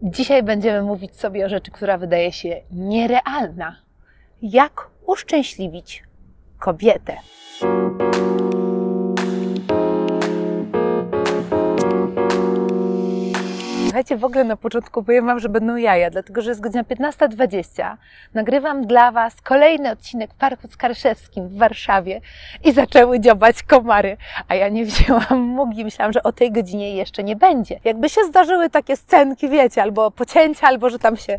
Dzisiaj będziemy mówić sobie o rzeczy, która wydaje się nierealna. Jak uszczęśliwić kobietę? Słuchajcie, w ogóle na początku powiem Wam, że będą jaja, dlatego że jest godzina 15:20. Nagrywam dla Was kolejny odcinek w Parku Skarszewskim w Warszawie i zaczęły dziobać komary, a ja nie wzięłam mugi, myślałam, że o tej godzinie jeszcze nie będzie. Jakby się zdarzyły takie scenki, wiecie, albo pocięcia, albo że tam się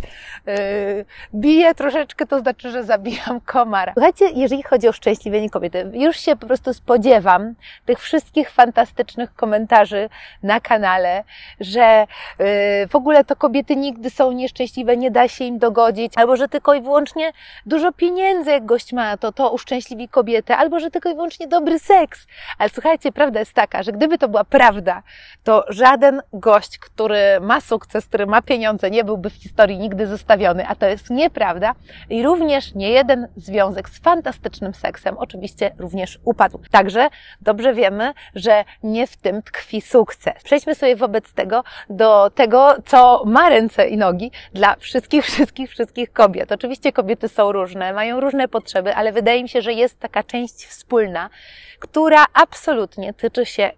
bije troszeczkę, to znaczy, że zabijam komara. Słuchajcie, jeżeli chodzi o uszczęśliwienie kobiety, już się po prostu spodziewam tych wszystkich fantastycznych komentarzy na kanale, że w ogóle to kobiety nigdy są nieszczęśliwe, nie da się im dogodzić, albo że tylko i wyłącznie dużo pieniędzy, jak gość ma, to uszczęśliwi kobietę, albo że tylko i wyłącznie dobry seks. Ale słuchajcie, prawda jest taka, że gdyby to była prawda, to żaden gość, który ma sukces, który ma pieniądze, nie byłby w historii nigdy zostawiony, a to jest nieprawda. I również nie jeden związek z fantastycznym seksem oczywiście również upadł. Także dobrze wiemy, że nie w tym tkwi sukces. Przejdźmy sobie wobec tego do tego, co ma ręce i nogi dla wszystkich kobiet. Oczywiście kobiety są różne, mają różne potrzeby, ale wydaje mi się, że jest taka część wspólna, która absolutnie tyczy się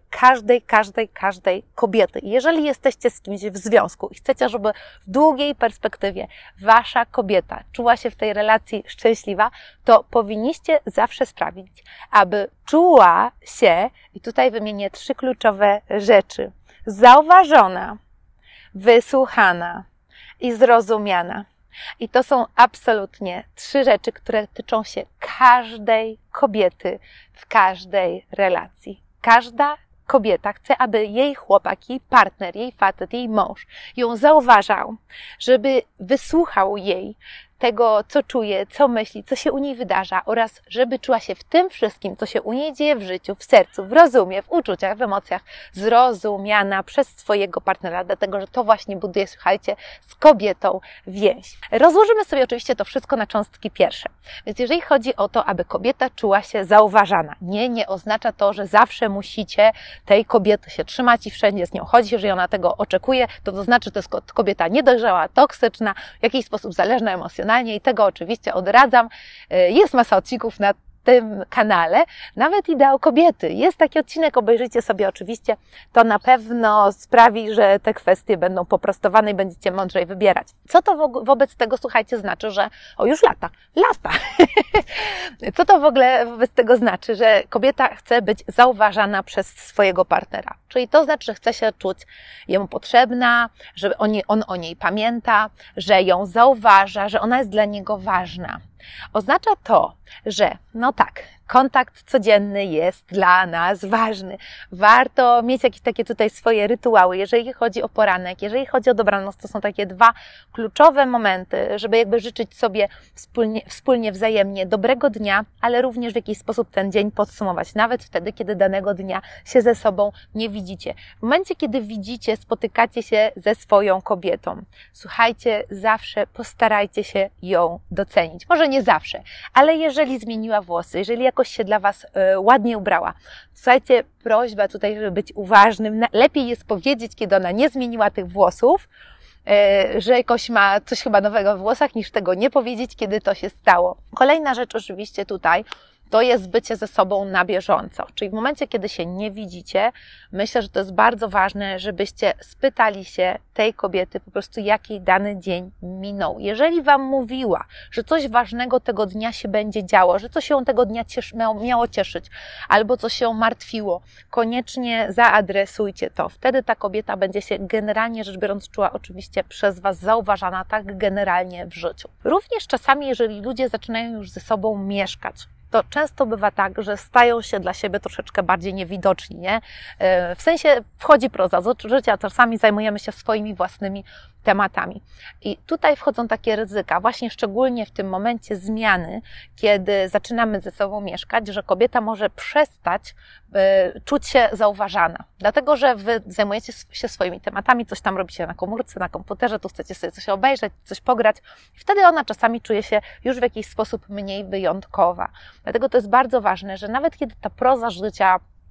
każdej kobiety. Jeżeli jesteście z kimś w związku i chcecie, żeby w długiej perspektywie wasza kobieta czuła się w tej relacji szczęśliwa, to powinniście zawsze sprawić, aby czuła się, i tutaj wymienię 3 kluczowe rzeczy, zauważona, wysłuchana i zrozumiana. I to są absolutnie 3 rzeczy, które tyczą się każdej kobiety w każdej relacji. Każda kobieta chce, aby jej chłopak, jej partner, jej facet, jej mąż ją zauważał, żeby wysłuchał jej tego, co czuje, co myśli, co się u niej wydarza oraz żeby czuła się w tym wszystkim, co się u niej dzieje w życiu, w sercu, w rozumie, w uczuciach, w emocjach, zrozumiana przez swojego partnera, dlatego że to właśnie buduje, słuchajcie, z kobietą więź. Rozłożymy sobie oczywiście to wszystko na cząstki pierwsze. Więc jeżeli chodzi o to, aby kobieta czuła się zauważana, nie oznacza to, że zawsze musicie tej kobiety się trzymać i wszędzie z nią chodzić, jeżeli ona tego oczekuje, to znaczy, że to jest kobieta niedojrzała, toksyczna, w jakiś sposób zależna emocjonalnie i tego oczywiście odradzam. Jest masa odcinków na tym kanale, nawet Ideał kobiety. Jest taki odcinek, obejrzyjcie sobie oczywiście, to na pewno sprawi, że te kwestie będą poprostowane i będziecie mądrzej wybierać. Co to wobec tego, słuchajcie, znaczy, że już lata. Co to w ogóle wobec tego znaczy, że kobieta chce być zauważana przez swojego partnera? Czyli to znaczy, że chce się czuć jemu potrzebna, że on o niej pamięta, że ją zauważa, że ona jest dla niego ważna. Oznacza to, że kontakt codzienny jest dla nas ważny. Warto mieć jakieś takie tutaj swoje rytuały. Jeżeli chodzi o poranek, jeżeli chodzi o dobranoc, to są takie 2 kluczowe momenty, żeby jakby życzyć sobie wspólnie, wzajemnie dobrego dnia, ale również w jakiś sposób ten dzień podsumować. Nawet wtedy, kiedy danego dnia się ze sobą nie widzicie. W momencie, kiedy widzicie, spotykacie się ze swoją kobietą. Słuchajcie, zawsze postarajcie się ją docenić. Może nie zawsze, ale jeżeli zmieniła włosy, jeżeli jakoś się dla Was ładnie ubrała. Słuchajcie, prośba tutaj, żeby być uważnym. Lepiej jest powiedzieć, kiedy ona nie zmieniła tych włosów, że jakoś ma coś chyba nowego w włosach, niż tego nie powiedzieć, kiedy to się stało. Kolejna rzecz oczywiście tutaj, to jest bycie ze sobą na bieżąco. Czyli w momencie, kiedy się nie widzicie, myślę, że to jest bardzo ważne, żebyście spytali się tej kobiety po prostu, jak jej dany dzień minął. Jeżeli Wam mówiła, że coś ważnego tego dnia się będzie działo, że coś ją tego dnia miało cieszyć, albo coś się martwiło, koniecznie zaadresujcie to. Wtedy ta kobieta będzie się generalnie rzecz biorąc czuła oczywiście przez Was zauważana tak generalnie w życiu. Również czasami, jeżeli ludzie zaczynają już ze sobą mieszkać, to często bywa tak, że stają się dla siebie troszeczkę bardziej niewidoczni, nie? W sensie wchodzi proza z życia, czasami zajmujemy się swoimi własnymi tematami. I tutaj wchodzą takie ryzyka, właśnie szczególnie w tym momencie zmiany, kiedy zaczynamy ze sobą mieszkać, że kobieta może przestać czuć się zauważana. Dlatego, że Wy zajmujecie się swoimi tematami, coś tam robicie na komórce, na komputerze, tu chcecie sobie coś obejrzeć, coś pograć. I wtedy ona czasami czuje się już w jakiś sposób mniej wyjątkowa. Dlatego to jest bardzo ważne, że nawet kiedy ta proza życia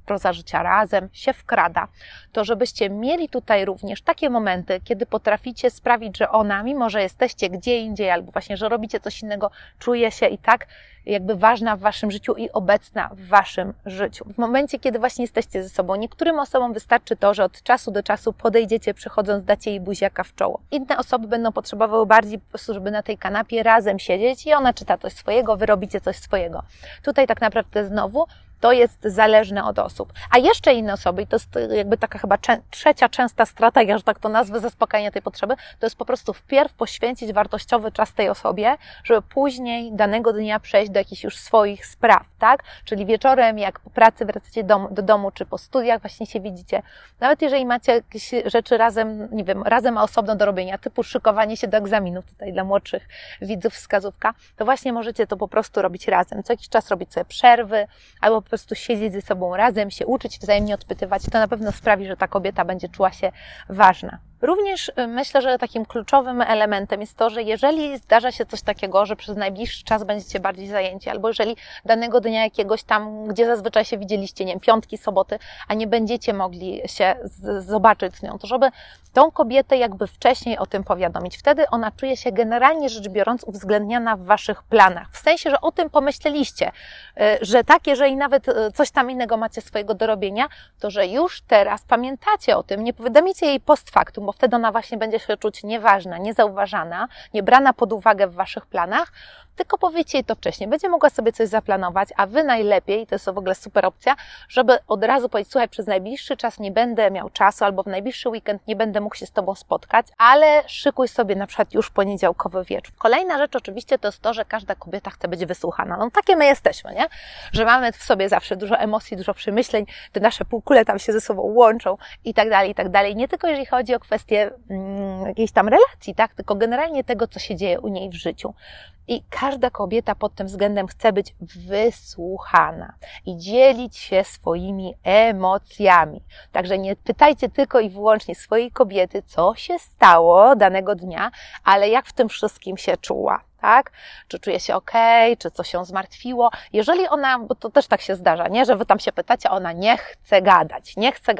proza życia razem się wkrada, to żebyście mieli tutaj również takie momenty, kiedy potraficie sprawić, że ona, mimo że jesteście gdzie indziej albo właśnie, że robicie coś innego, czuje się i tak jakby ważna w waszym życiu i obecna w waszym życiu. W momencie, kiedy właśnie jesteście ze sobą, niektórym osobom wystarczy to, że od czasu do czasu podejdziecie, przychodząc, dacie jej buziaka w czoło. Inne osoby będą potrzebowały bardziej po prostu, żeby na tej kanapie razem siedzieć i ona czyta coś swojego, wy robicie coś swojego. Tutaj tak naprawdę znowu to jest zależne od osób. A jeszcze inne osoby, i to jest jakby taka chyba trzecia częsta strategia, że tak to nazwę, zaspokajania tej potrzeby, to jest po prostu wpierw poświęcić wartościowy czas tej osobie, żeby później danego dnia przejść do jakichś już swoich spraw, tak? Czyli wieczorem, jak po pracy wracacie do domu, czy po studiach właśnie się widzicie, nawet jeżeli macie jakieś rzeczy razem, nie wiem, razem a osobno do robienia, typu szykowanie się do egzaminów, tutaj dla młodszych widzów wskazówka, to właśnie możecie to po prostu robić razem. Co jakiś czas robić sobie przerwy, albo po prostu siedzieć ze sobą razem, się uczyć, wzajemnie odpytywać, to na pewno sprawi, że ta kobieta będzie czuła się ważna. Również myślę, że takim kluczowym elementem jest to, że jeżeli zdarza się coś takiego, że przez najbliższy czas będziecie bardziej zajęci, albo jeżeli danego dnia jakiegoś tam, gdzie zazwyczaj się widzieliście, nie wiem, piątki, soboty, a nie będziecie mogli się zobaczyć z nią, to żeby tą kobietę jakby wcześniej o tym powiadomić. Wtedy ona czuje się generalnie rzecz biorąc uwzględniana w waszych planach. W sensie, że o tym pomyśleliście, że tak, jeżeli nawet coś tam innego macie swojego do robienia, to że już teraz pamiętacie o tym, nie powiadomicie jej post factum, bo wtedy ona właśnie będzie się czuć nieważna, niezauważana, niebrana pod uwagę w waszych planach, tylko powiecie jej to wcześniej. Będzie mogła sobie coś zaplanować, a wy najlepiej, to jest w ogóle super opcja, żeby od razu powiedzieć, słuchaj, przez najbliższy czas nie będę miał czasu, albo w najbliższy weekend nie będę mógł się z tobą spotkać, ale szykuj sobie na przykład już poniedziałkowy wieczór. Kolejna rzecz oczywiście to jest to, że każda kobieta chce być wysłuchana. No takie my jesteśmy, nie? Że mamy w sobie zawsze dużo emocji, dużo przemyśleń, te nasze półkule tam się ze sobą łączą i tak dalej, i tak dalej. Nie tylko jeżeli chodzi o kwestie jakiejś tam relacji, tak? Tylko generalnie tego, co się dzieje u niej w życiu. I każda kobieta pod tym względem chce być wysłuchana i dzielić się swoimi emocjami. Także nie pytajcie tylko i wyłącznie swojej kobiety, co się stało danego dnia, ale jak w tym wszystkim się czuła. Tak? Czy czuje się okej, czy coś się zmartwiło. Jeżeli ona, bo to też tak się zdarza, nie? Że wy tam się pytacie, a ona nie chce gadać,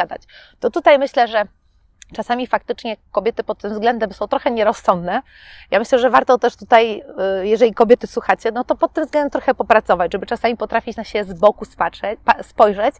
to tutaj myślę, że czasami faktycznie kobiety pod tym względem są trochę nierozsądne. Ja myślę, że warto też tutaj, jeżeli kobiety słuchacie, no to pod tym względem trochę popracować, żeby czasami potrafić na siebie z boku spojrzeć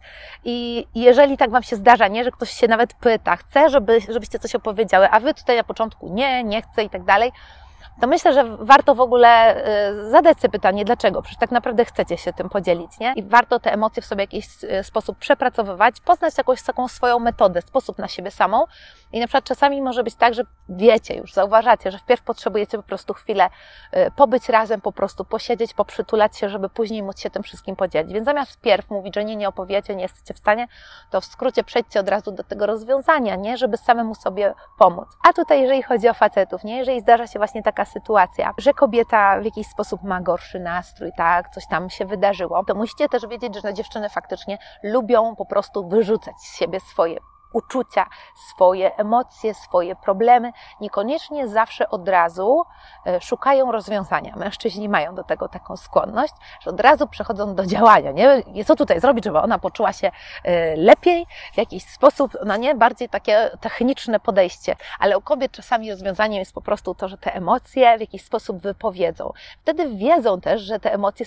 i jeżeli tak wam się zdarza, nie, że ktoś się nawet pyta, chce, żebyście coś opowiedziały, a wy tutaj na początku nie chcę i tak dalej, to myślę, że warto w ogóle zadać sobie pytanie, dlaczego? Przecież tak naprawdę chcecie się tym podzielić, nie? I warto te emocje w sobie w jakiś sposób przepracowywać, poznać jakąś taką swoją metodę, sposób na siebie samą. I na przykład czasami może być tak, że wiecie już, zauważacie, że wpierw potrzebujecie po prostu chwilę pobyć razem, po prostu posiedzieć, poprzytulać się, żeby później móc się tym wszystkim podzielić. Więc zamiast wpierw mówić, że nie opowiecie, nie jesteście w stanie, to w skrócie przejdźcie od razu do tego rozwiązania, nie? Żeby samemu sobie pomóc. A tutaj, jeżeli chodzi o facetów, nie? Jeżeli zdarza się właśnie taka sytuacja, że kobieta w jakiś sposób ma gorszy nastrój, tak, coś tam się wydarzyło, to musicie też wiedzieć, że dziewczyny faktycznie lubią po prostu wyrzucać z siebie swoje uczucia, swoje emocje, swoje problemy. Niekoniecznie zawsze od razu szukają rozwiązania. Mężczyźni mają do tego taką skłonność, że od razu przechodzą do działania, nie? Co tutaj zrobić, żeby ona poczuła się lepiej, w jakiś sposób, no nie, bardziej takie techniczne podejście. Ale u kobiet czasami rozwiązaniem jest po prostu to, że te emocje w jakiś sposób wypowiedzą. Wtedy wiedzą też, że te emocje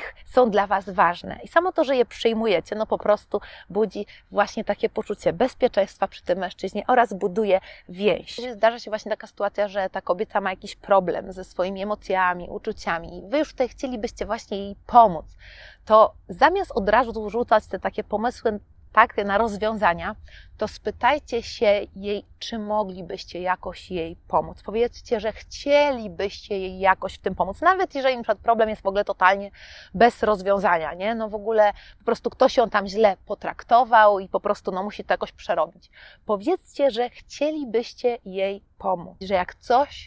są dla was ważne. I samo to, że je przyjmujecie, no po prostu budzi właśnie takie poczucie bezpieczeństwa przy tym mężczyźnie oraz buduje więź. Zdarza się właśnie taka sytuacja, że ta kobieta ma jakiś problem ze swoimi emocjami, uczuciami i wy już tutaj chcielibyście właśnie jej pomóc, to zamiast od razu rzucać te takie pomysły tak, na rozwiązania, to spytajcie się jej, czy moglibyście jakoś jej pomóc. Powiedzcie, że chcielibyście jej jakoś w tym pomóc. Nawet jeżeli na przykład problem jest w ogóle totalnie bez rozwiązania, nie? No w ogóle po prostu ktoś ją tam źle potraktował i po prostu no musi to jakoś przerobić. Powiedzcie, że chcielibyście jej pomóc. Że jak coś,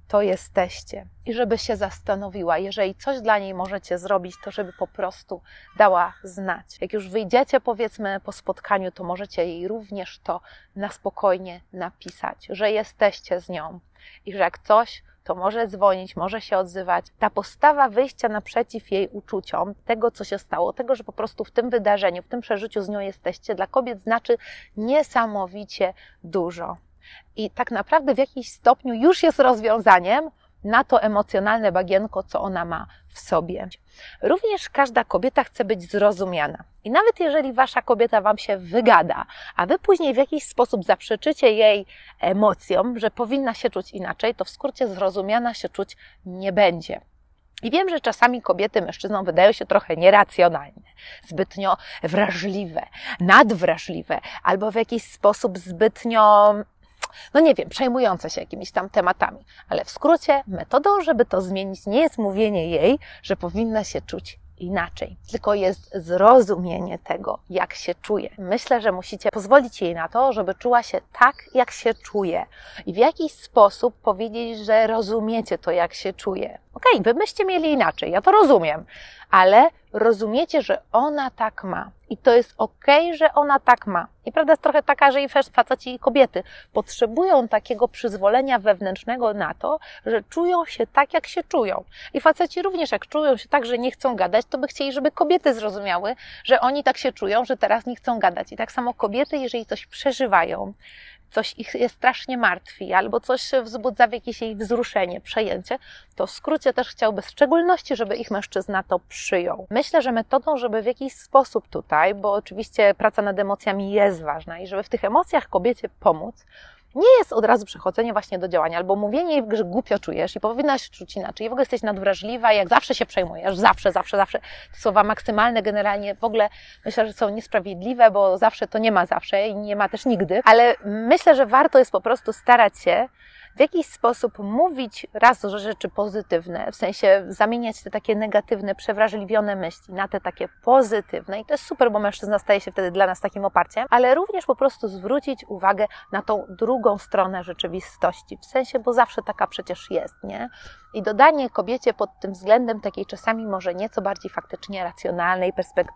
to jesteście. I żeby się zastanowiła, jeżeli coś dla niej możecie zrobić, to żeby po prostu dała znać. Jak już wyjdziecie, powiedzmy, po spotkaniu, to możecie jej również to na spokojnie napisać, że jesteście z nią i że jak coś, to może dzwonić, może się odzywać. Ta postawa wyjścia naprzeciw jej uczuciom, tego co się stało, tego, że po prostu w tym wydarzeniu, w tym przeżyciu z nią jesteście, dla kobiet znaczy niesamowicie dużo. I tak naprawdę w jakimś stopniu już jest rozwiązaniem na to emocjonalne bagienko, co ona ma w sobie. Również każda kobieta chce być zrozumiana. I nawet jeżeli wasza kobieta wam się wygada, a wy później w jakiś sposób zaprzeczycie jej emocjom, że powinna się czuć inaczej, to w skrócie zrozumiana się czuć nie będzie. I wiem, że czasami kobiety mężczyznom wydają się trochę nieracjonalne, zbytnio wrażliwe, nadwrażliwe, albo w jakiś sposób zbytnio, no nie wiem, przejmujące się jakimiś tam tematami. Ale w skrócie metodą, żeby to zmienić, nie jest mówienie jej, że powinna się czuć inaczej, tylko jest zrozumienie tego, jak się czuje. Myślę, że musicie pozwolić jej na to, żeby czuła się tak, jak się czuje i w jakiś sposób powiedzieć, że rozumiecie to, jak się czuje. Okej, wy byście mieli inaczej, ja to rozumiem, ale rozumiecie, że ona tak ma i to jest okej, że ona tak ma. I prawda jest trochę taka, że i faceci i kobiety potrzebują takiego przyzwolenia wewnętrznego na to, że czują się tak, jak się czują. I faceci również, jak czują się tak, że nie chcą gadać, to by chcieli, żeby kobiety zrozumiały, że oni tak się czują, że teraz nie chcą gadać. I tak samo kobiety, jeżeli coś przeżywają, coś ich jest strasznie martwi, albo coś wzbudza w jakieś jej wzruszenie, przejęcie, to w skrócie też chciałby w szczególności, żeby ich mężczyzna to przyjął. Myślę, że metodą, żeby w jakiś sposób tutaj, bo oczywiście praca nad emocjami jest ważna i żeby w tych emocjach kobiecie pomóc, nie jest od razu przechodzenie właśnie do działania, albo mówienie jej, że głupio czujesz i powinnaś się czuć inaczej. I w ogóle jesteś nadwrażliwa, jak zawsze się przejmujesz, zawsze. Te słowa maksymalne generalnie w ogóle myślę, że są niesprawiedliwe, bo zawsze to nie ma zawsze i nie ma też nigdy. Ale myślę, że warto jest po prostu starać się w jakiś sposób mówić raz rzeczy pozytywne, w sensie zamieniać te takie negatywne, przewrażliwione myśli na te takie pozytywne i to jest super, bo mężczyzna staje się wtedy dla nas takim oparciem, ale również po prostu zwrócić uwagę na tą drugą stronę rzeczywistości, w sensie, bo zawsze taka przecież jest, nie? I dodanie kobiecie pod tym względem takiej czasami może nieco bardziej faktycznie racjonalnej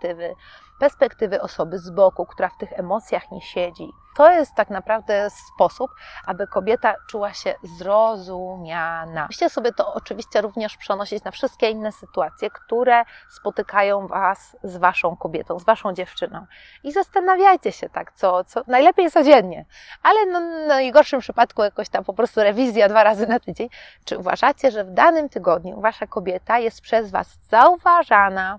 perspektywy osoby z boku, która w tych emocjach nie siedzi. To jest tak naprawdę sposób, aby kobieta czuła się zrozumiana. Musicie sobie to oczywiście również przenosić na wszystkie inne sytuacje, które spotykają was z waszą kobietą, z waszą dziewczyną. I zastanawiajcie się tak, co najlepiej codziennie, ale no, w najgorszym przypadku jakoś tam po prostu rewizja 2 razy na tydzień. Czy uważacie, że w danym tygodniu wasza kobieta jest przez was zauważana,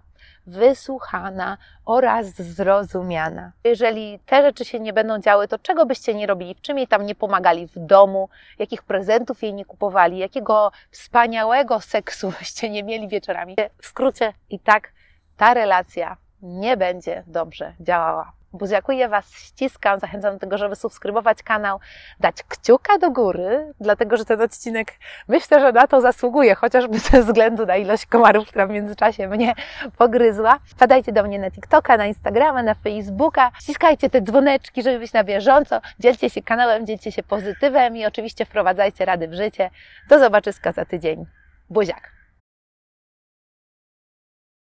wysłuchana oraz zrozumiana? Jeżeli te rzeczy się nie będą działy, to czego byście nie robili? W czym jej tam nie pomagali w domu? Jakich prezentów jej nie kupowali? Jakiego wspaniałego seksu byście nie mieli wieczorami? W skrócie i tak ta relacja nie będzie dobrze działała. Buziakuję was, ściskam, zachęcam do tego, żeby subskrybować kanał, dać kciuka do góry, dlatego że ten odcinek myślę, że na to zasługuje, chociażby ze względu na ilość komarów, która w międzyczasie mnie pogryzła. Wpadajcie do mnie na TikToka, na Instagrama, na Facebooka, ściskajcie te dzwoneczki, żeby być na bieżąco, dzielcie się kanałem, dzielcie się pozytywem i oczywiście wprowadzajcie rady w życie. Do zobaczyska za tydzień. Buziak!